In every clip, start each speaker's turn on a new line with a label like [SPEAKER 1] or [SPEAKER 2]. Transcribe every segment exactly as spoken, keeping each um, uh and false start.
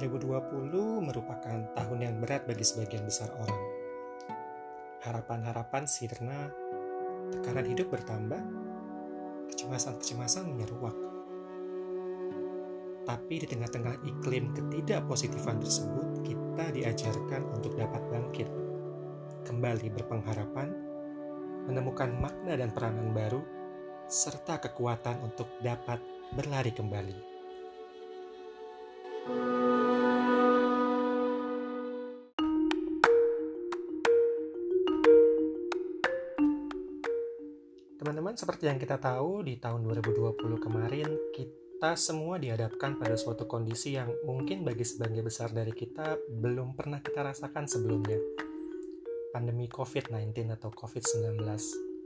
[SPEAKER 1] ribu dua puluh merupakan tahun yang berat bagi sebagian besar orang. Harapan-harapan sirna, tekanan hidup bertambah, kecemasan-kecemasan menyeruak. Tapi di tengah-tengah iklim ketidakpositifan tersebut, kita diajarkan untuk dapat bangkit, kembali berpengharapan, menemukan makna dan peranan baru, serta kekuatan untuk dapat berlari kembali. Teman-teman, seperti yang kita tahu, di tahun dua ribu dua puluh kemarin, kita semua dihadapkan pada suatu kondisi yang mungkin bagi sebagian besar dari kita belum pernah kita rasakan sebelumnya. Pandemi covid sembilan belas atau covid sembilan belas.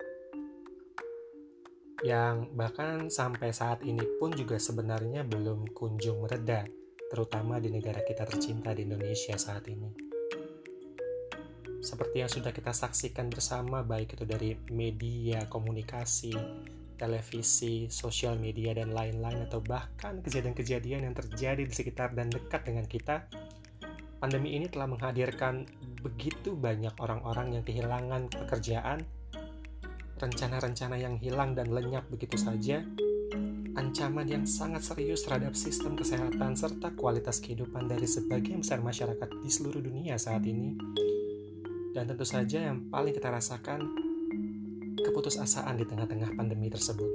[SPEAKER 1] Yang bahkan sampai saat ini pun juga sebenarnya belum kunjung mereda, terutama di negara kita tercinta di Indonesia saat ini. Seperti yang sudah kita saksikan bersama, baik itu dari media, komunikasi, televisi, sosial media, dan lain-lain, atau bahkan kejadian-kejadian yang terjadi di sekitar dan dekat dengan kita, pandemi ini telah menghadirkan begitu banyak orang-orang yang kehilangan pekerjaan, rencana-rencana yang hilang dan lenyap begitu saja, ancaman yang sangat serius terhadap sistem kesehatan serta kualitas kehidupan dari sebagian besar masyarakat di seluruh dunia saat ini. Dan tentu saja yang paling kita rasakan, keputusasaan di tengah-tengah pandemi tersebut.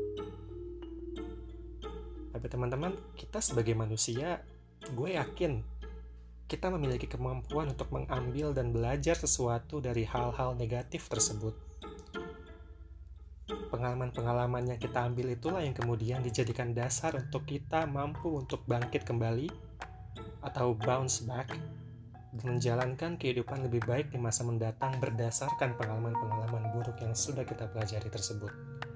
[SPEAKER 1] Tapi teman-teman, kita sebagai manusia, gue yakin kita memiliki kemampuan untuk mengambil dan belajar sesuatu dari hal-hal negatif tersebut. Pengalaman-pengalaman yang kita ambil itulah yang kemudian dijadikan dasar untuk kita mampu untuk bangkit kembali atau bounce back dan menjalankan kehidupan lebih baik di masa mendatang berdasarkan pengalaman-pengalaman buruk yang sudah kita pelajari tersebut.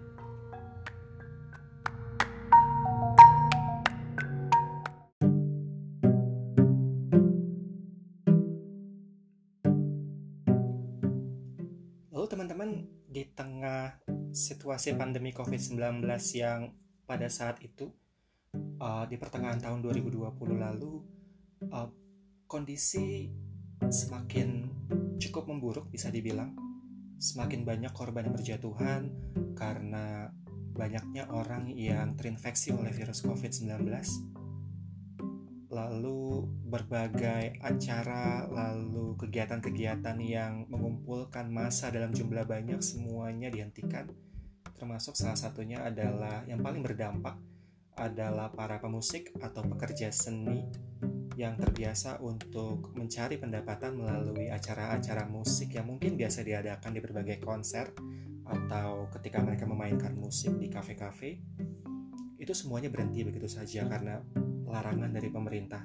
[SPEAKER 1] Lalu teman-teman, di tengah situasi pandemi covid sembilan belas yang pada saat itu uh, di pertengahan tahun dua ribu dua puluh lalu, uh, kondisi semakin cukup memburuk bisa dibilang. Semakin banyak korban yang berjatuhan karena banyaknya orang yang terinfeksi oleh virus covid sembilan belas. Lalu berbagai acara, lalu kegiatan-kegiatan yang mengumpulkan massa dalam jumlah banyak semuanya dihentikan. Termasuk salah satunya adalah yang paling berdampak adalah para pemusik atau pekerja seni yang terbiasa untuk mencari pendapatan melalui acara-acara musik yang mungkin biasa diadakan di berbagai konser atau ketika mereka memainkan musik di kafe-kafe. Itu semuanya berhenti begitu saja karena larangan dari pemerintah.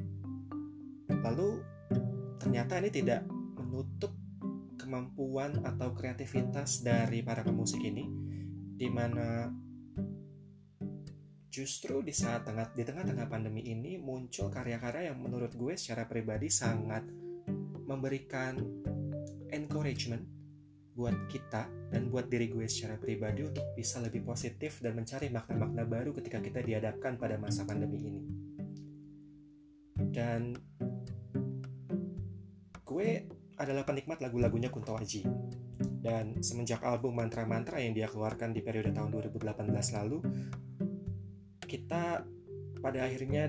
[SPEAKER 1] Lalu ternyata ini tidak menutup kemampuan atau kreativitas dari para pemusik ini, di mana justru di saat tengah di tengah-tengah pandemi ini muncul karya-karya yang menurut gue secara pribadi sangat memberikan encouragement buat kita dan buat diri gue secara pribadi untuk bisa lebih positif dan mencari makna-makna baru ketika kita dihadapkan pada masa pandemi ini. Dan gue adalah penikmat lagu-lagunya Kunto Aji. Dan semenjak album Mantra-Mantra yang dia keluarkan di periode tahun dua ribu delapan belas lalu, kita pada akhirnya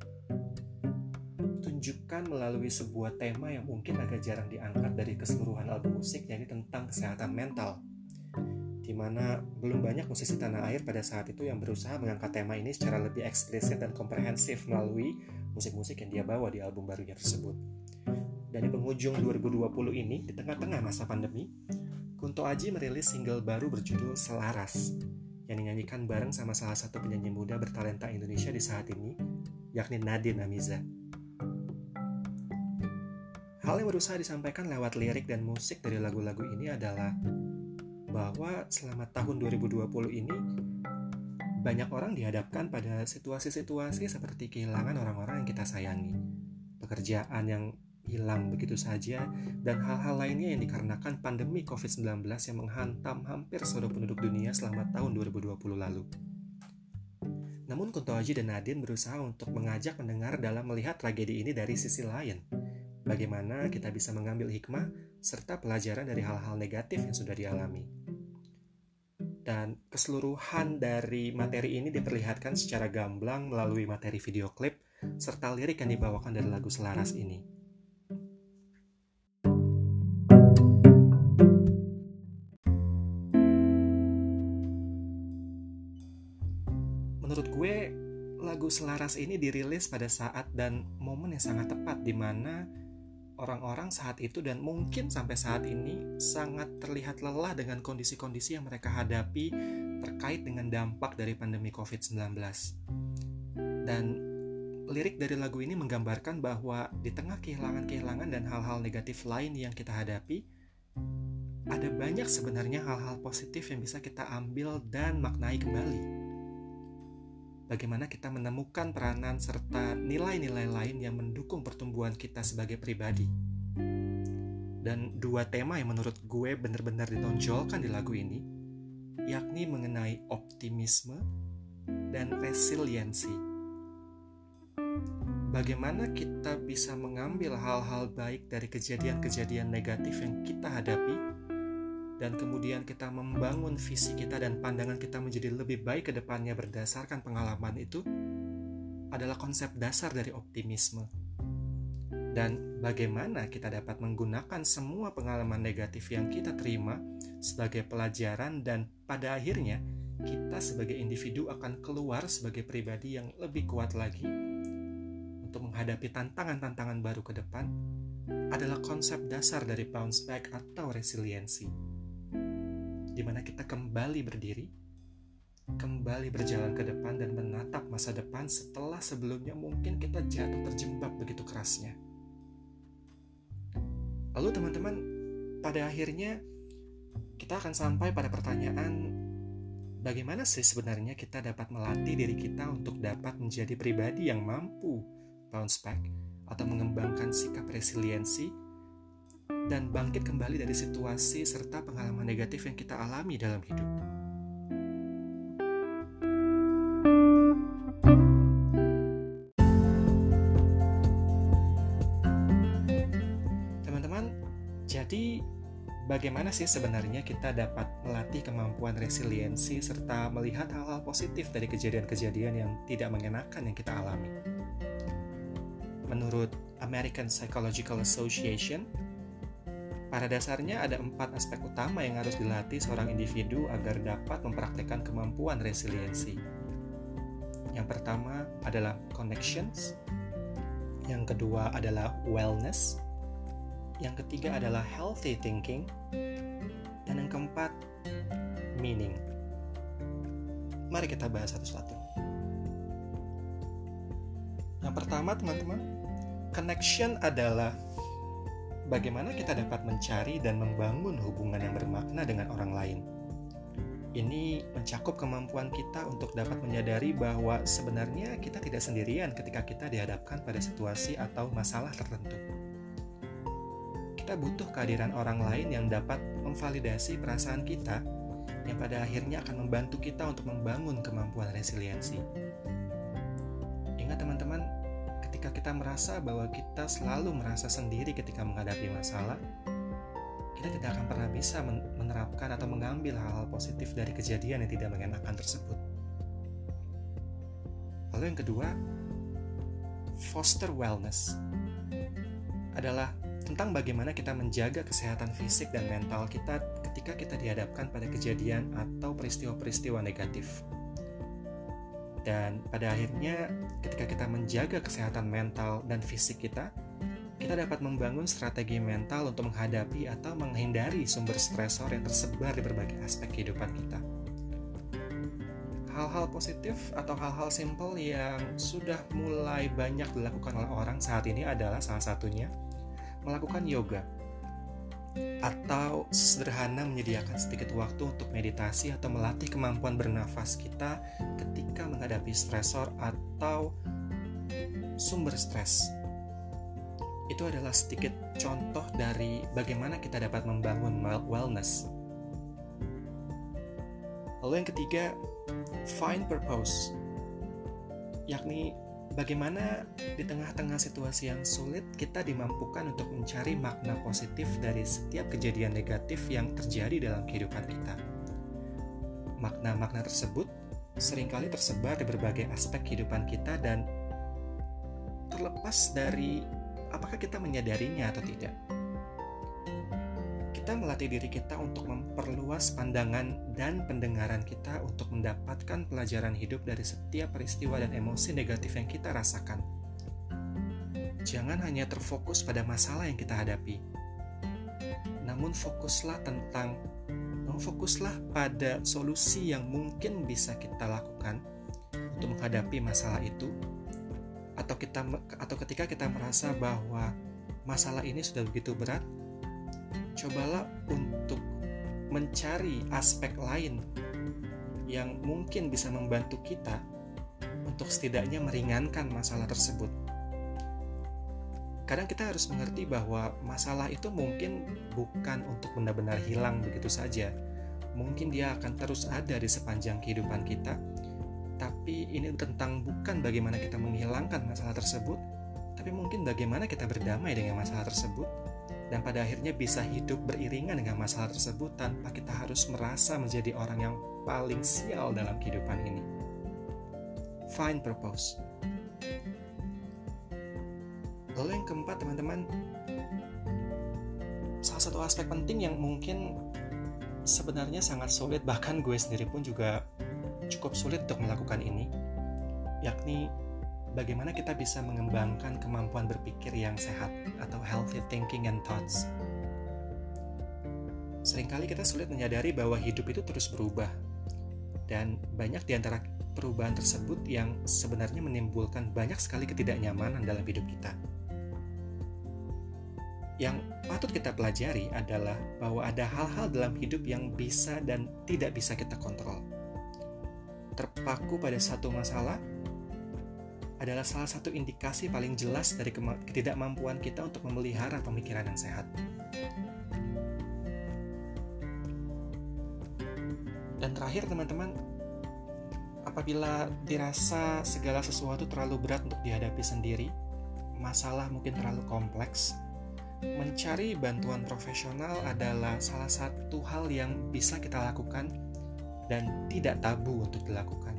[SPEAKER 1] ditunjukkan melalui sebuah tema yang mungkin agak jarang diangkat dari keseluruhan album musik, yaitu tentang kesehatan mental, di mana belum banyak musisi tanah air pada saat itu yang berusaha mengangkat tema ini secara lebih eksplisit dan komprehensif melalui musik-musik yang dia bawa di album barunya tersebut. Dan di penghujung dua ribu dua puluh ini, di tengah-tengah masa pandemi, Kunto Aji merilis single baru berjudul Selaras, yang dinyanyikan bareng sama salah satu penyanyi muda bertalenta Indonesia di saat ini, yakni Nadine Amiza. Hal yang berusaha disampaikan lewat lirik dan musik dari lagu-lagu ini adalah bahwa selama tahun dua ribu dua puluh ini, banyak orang dihadapkan pada situasi-situasi seperti kehilangan orang-orang yang kita sayangi, pekerjaan yang hilang begitu saja, dan hal-hal lainnya yang dikarenakan pandemi covid sembilan belas yang menghantam hampir seluruh penduduk dunia selama tahun dua ribu dua puluh lalu. Namun Kunto Aji dan Nadine berusaha untuk mengajak pendengar dalam melihat tragedi ini dari sisi lain. Bagaimana kita bisa mengambil hikmah serta pelajaran dari hal-hal negatif yang sudah dialami. Dan keseluruhan dari materi ini diperlihatkan secara gamblang melalui materi video klip serta lirik yang dibawakan dari lagu Selaras ini. Menurut gue, lagu Selaras ini dirilis pada saat dan momen yang sangat tepat di mana orang-orang saat itu dan mungkin sampai saat ini sangat terlihat lelah dengan kondisi-kondisi yang mereka hadapi terkait dengan dampak dari pandemi covid sembilan belas. Dan lirik dari lagu ini menggambarkan bahwa di tengah kehilangan-kehilangan dan hal-hal negatif lain yang kita hadapi, ada banyak sebenarnya hal-hal positif yang bisa kita ambil dan maknai kembali. Bagaimana kita menemukan peranan serta nilai-nilai lain yang mendukung pertumbuhan kita sebagai pribadi. Dan dua tema yang menurut gue benar-benar ditonjolkan di lagu ini, yakni mengenai optimisme dan resiliensi. Bagaimana kita bisa mengambil hal-hal baik dari kejadian-kejadian negatif yang kita hadapi, dan kemudian kita membangun visi kita dan pandangan kita menjadi lebih baik ke depannya berdasarkan pengalaman itu, adalah konsep dasar dari optimisme. Dan bagaimana kita dapat menggunakan semua pengalaman negatif yang kita terima sebagai pelajaran, dan pada akhirnya kita sebagai individu akan keluar sebagai pribadi yang lebih kuat lagi untuk menghadapi tantangan-tantangan baru ke depan, adalah konsep dasar dari bounce back atau resiliensi. Di mana kita kembali berdiri, kembali berjalan ke depan dan menatap masa depan setelah sebelumnya mungkin kita jatuh terjebak begitu kerasnya. Lalu teman-teman, pada akhirnya kita akan sampai pada pertanyaan, bagaimana sih sebenarnya kita dapat melatih diri kita untuk dapat menjadi pribadi yang mampu bounce back atau mengembangkan sikap resiliensi dan bangkit kembali dari situasi serta pengalaman negatif yang kita alami dalam hidup. Teman-teman, jadi bagaimana sih sebenarnya kita dapat melatih kemampuan resiliensi serta melihat hal-hal positif dari kejadian-kejadian yang tidak mengenakan yang kita alami? Menurut American Psychological Association, pada dasarnya ada empat aspek utama yang harus dilatih seorang individu agar dapat mempraktekkan kemampuan resiliensi. Yang pertama adalah connections, yang kedua adalah wellness, yang ketiga adalah healthy thinking, dan yang keempat, meaning. Mari kita bahas satu-satu. Yang pertama teman-teman, connection adalah bagaimana kita dapat mencari dan membangun hubungan yang bermakna dengan orang lain. Ini mencakup kemampuan kita untuk dapat menyadari bahwa sebenarnya kita tidak sendirian ketika kita dihadapkan pada situasi atau masalah tertentu. Kita butuh kehadiran orang lain yang dapat memvalidasi perasaan kita, yang pada akhirnya akan membantu kita untuk membangun kemampuan resiliensi. Ingat teman-teman, ketika kita merasa bahwa kita selalu merasa sendiri ketika menghadapi masalah, kita tidak akan pernah bisa menerapkan atau mengambil hal-hal positif dari kejadian yang tidak mengenakan tersebut. Lalu yang kedua, foster wellness adalah tentang bagaimana kita menjaga kesehatan fisik dan mental kita ketika kita dihadapkan pada kejadian atau peristiwa-peristiwa negatif. Dan pada akhirnya, ketika kita menjaga kesehatan mental dan fisik kita, kita dapat membangun strategi mental untuk menghadapi atau menghindari sumber stresor yang tersebar di berbagai aspek kehidupan kita. Hal-hal positif atau hal-hal simple yang sudah mulai banyak dilakukan oleh orang saat ini adalah salah satunya melakukan yoga, atau sederhana menyediakan sedikit waktu untuk meditasi atau melatih kemampuan bernafas kita ketika menghadapi stresor atau sumber stres. Itu adalah sedikit contoh dari bagaimana kita dapat membangun wellness. Lalu yang ketiga, find purpose. yakni bagaimana di tengah-tengah situasi yang sulit kita dimampukan untuk mencari makna positif dari setiap kejadian negatif yang terjadi dalam kehidupan kita. Makna-makna tersebut seringkali tersebar di berbagai aspek kehidupan kita dan terlepas dari apakah kita menyadarinya atau tidak. Kita melatih diri kita untuk memperluas pandangan dan pendengaran kita untuk mendapatkan pelajaran hidup dari setiap peristiwa dan emosi negatif yang kita rasakan. Jangan hanya terfokus pada masalah yang kita hadapi, namun fokuslah tentang, fokuslah pada solusi yang mungkin bisa kita lakukan untuk menghadapi masalah itu, atau kita atau ketika kita merasa bahwa masalah ini sudah begitu berat, cobalah untuk mencari aspek lain yang mungkin bisa membantu kita untuk setidaknya meringankan masalah tersebut. Kadang kita harus mengerti bahwa masalah itu mungkin bukan untuk benar-benar hilang begitu saja. Mungkin dia akan terus ada di sepanjang kehidupan kita, tapi ini tentang bukan bagaimana kita menghilangkan masalah tersebut, tapi mungkin bagaimana kita berdamai dengan masalah tersebut, dan pada akhirnya bisa hidup beriringan dengan masalah tersebut tanpa kita harus merasa menjadi orang yang paling sial dalam kehidupan ini. Find purpose. Lalu yang keempat, teman-teman, salah satu aspek penting yang mungkin sebenarnya sangat sulit, bahkan gue sendiri pun juga cukup sulit untuk melakukan ini, yakni bagaimana kita bisa mengembangkan kemampuan berpikir yang sehat atau healthy thinking and thoughts. Seringkali kita sulit menyadari bahwa hidup itu terus berubah, dan banyak di antara perubahan tersebut yang sebenarnya menimbulkan banyak sekali ketidaknyamanan dalam hidup kita. Yang patut kita pelajari adalah bahwa ada hal-hal dalam hidup yang bisa dan tidak bisa kita kontrol. Terpaku pada satu masalah adalah salah satu indikasi paling jelas dari ketidakmampuan kita untuk memelihara pemikiran yang sehat. Dan terakhir, teman-teman, apabila dirasa segala sesuatu terlalu berat untuk dihadapi sendiri, masalah mungkin terlalu kompleks, mencari bantuan profesional adalah salah satu hal yang bisa kita lakukan dan tidak tabu untuk dilakukan.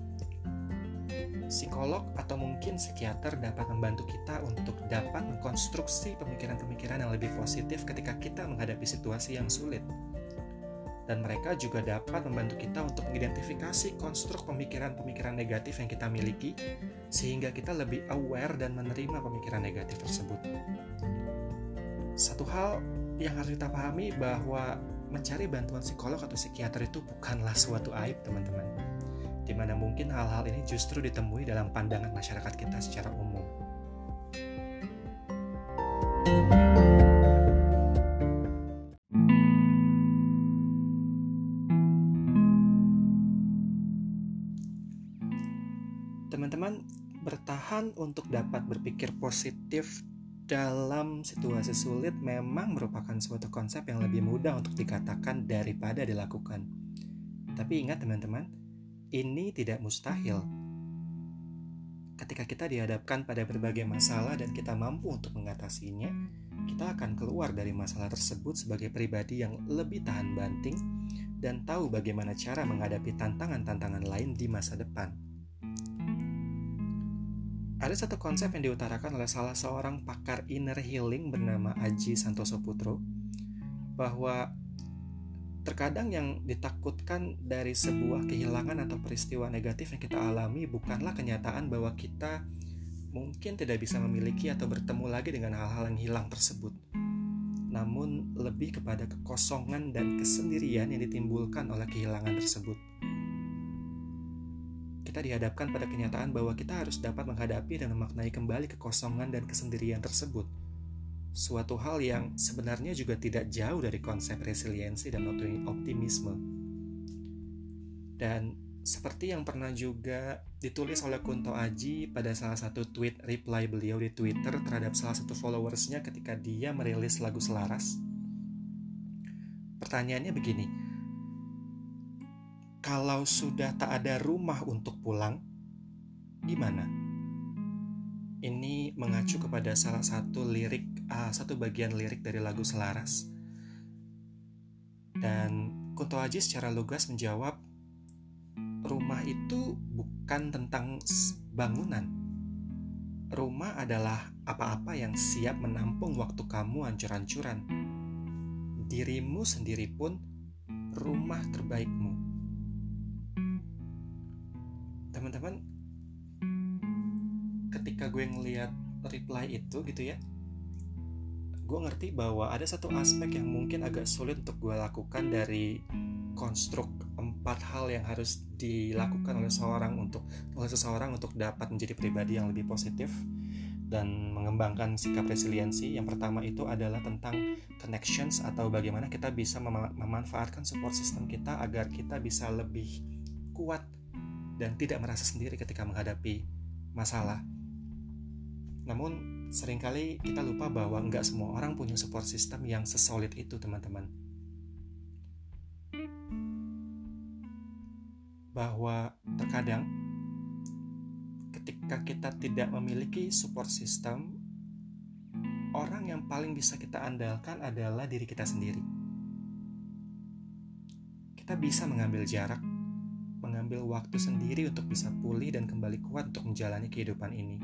[SPEAKER 1] Psikolog atau mungkin psikiater dapat membantu kita untuk dapat mengkonstruksi pemikiran-pemikiran yang lebih positif ketika kita menghadapi situasi yang sulit. Dan mereka juga dapat membantu kita untuk mengidentifikasi konstruk pemikiran-pemikiran negatif yang kita miliki, sehingga kita lebih aware dan menerima pemikiran negatif tersebut. Satu hal yang harus kita pahami bahwa mencari bantuan psikolog atau psikiater itu bukanlah suatu aib, teman-teman, di mana mungkin hal-hal ini justru ditemui dalam pandangan masyarakat kita secara umum. Teman-teman, bertahan untuk dapat berpikir positif dalam situasi sulit memang merupakan suatu konsep yang lebih mudah untuk dikatakan daripada dilakukan. Tapi ingat, teman-teman, ini tidak mustahil. Ketika kita dihadapkan pada berbagai masalah dan kita mampu untuk mengatasinya, kita akan keluar dari masalah tersebut sebagai pribadi yang lebih tahan banting dan tahu bagaimana cara menghadapi tantangan-tantangan lain di masa depan. Ada satu konsep yang diutarakan oleh salah seorang pakar inner healing bernama Aji Santoso Putro, bahwa terkadang yang ditakutkan dari sebuah kehilangan atau peristiwa negatif yang kita alami bukanlah kenyataan bahwa kita mungkin tidak bisa memiliki atau bertemu lagi dengan hal-hal yang hilang tersebut, namun lebih kepada kekosongan dan kesendirian yang ditimbulkan oleh kehilangan tersebut. Kita dihadapkan pada kenyataan bahwa kita harus dapat menghadapi dan memaknai kembali kekosongan dan kesendirian tersebut. Suatu hal yang sebenarnya juga tidak jauh dari konsep resiliensi dan optimisme. Dan seperti yang pernah juga ditulis oleh Kunto Aji pada salah satu tweet reply beliau di Twitter terhadap salah satu followersnya ketika dia merilis lagu Selaras. Pertanyaannya begini, kalau sudah tak ada rumah untuk pulang, gimana? Ini mengacu kepada salah satu lirik, uh, satu bagian lirik dari lagu Selaras. Dan Kunto Aji secara lugas menjawab, rumah itu bukan tentang bangunan. Rumah adalah apa-apa yang siap menampung waktu kamu hancur-hancuran. Dirimu sendiri pun rumah terbaikmu. Teman-teman, ketika gue ngeliat reply itu gitu ya, gue ngerti bahwa ada satu aspek yang mungkin agak sulit untuk gue lakukan dari konstruk empat hal yang harus dilakukan oleh seorang untuk oleh seseorang untuk dapat menjadi pribadi yang lebih positif dan mengembangkan sikap resiliensi. Yang pertama itu adalah tentang connections, atau bagaimana kita bisa mem- memanfaatkan support system kita agar kita bisa lebih kuat dan tidak merasa sendiri ketika menghadapi masalah. Namun seringkali kita lupa bahwa nggak semua orang punya support system yang sesolid itu, teman-teman. Bahwa terkadang ketika kita tidak memiliki support system, orang yang paling bisa kita andalkan adalah diri kita sendiri. Kita bisa mengambil jarak, mengambil waktu sendiri untuk bisa pulih dan kembali kuat untuk menjalani kehidupan ini.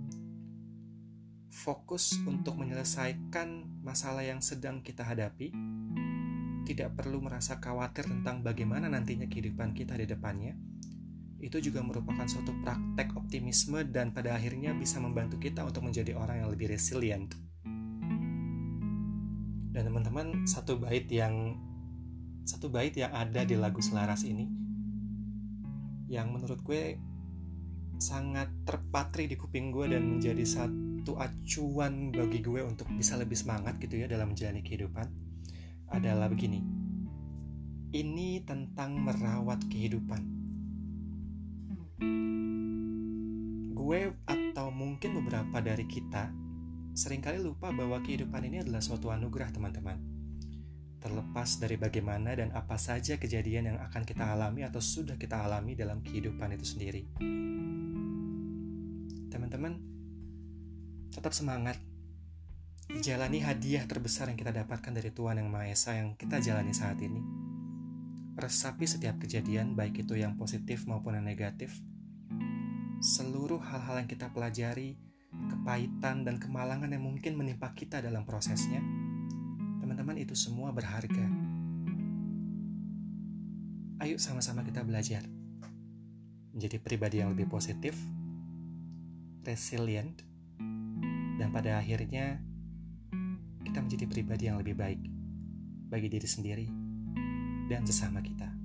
[SPEAKER 1] Fokus untuk menyelesaikan masalah yang sedang kita hadapi, tidak perlu merasa khawatir tentang bagaimana nantinya kehidupan kita di depannya. Itu juga merupakan suatu praktek optimisme dan pada akhirnya bisa membantu kita untuk menjadi orang yang lebih resilient. Dan teman-teman, satu bait yang satu bait yang ada di lagu Selaras ini yang menurut gue sangat terpatri di kuping gue dan menjadi satu acuan bagi gue untuk bisa lebih semangat gitu ya dalam menjalani kehidupan adalah begini. Ini tentang merawat kehidupan. Gue atau mungkin beberapa dari kita seringkali lupa bahwa kehidupan ini adalah suatu anugerah, teman-teman. Terlepas dari bagaimana dan apa saja kejadian yang akan kita alami atau sudah kita alami dalam kehidupan itu sendiri. Teman-teman, tetap semangat. Jalani hadiah terbesar yang kita dapatkan dari Tuhan Yang Maha Esa yang kita jalani saat ini. Resapi setiap kejadian, baik itu yang positif maupun yang negatif. Seluruh hal-hal yang kita pelajari, kepahitan dan kemalangan yang mungkin menimpa kita dalam prosesnya, teman-teman, itu semua berharga. Ayo sama-sama kita belajar menjadi pribadi yang lebih positif, resilient, dan pada akhirnya kita menjadi pribadi yang lebih baik bagi diri sendiri dan sesama kita.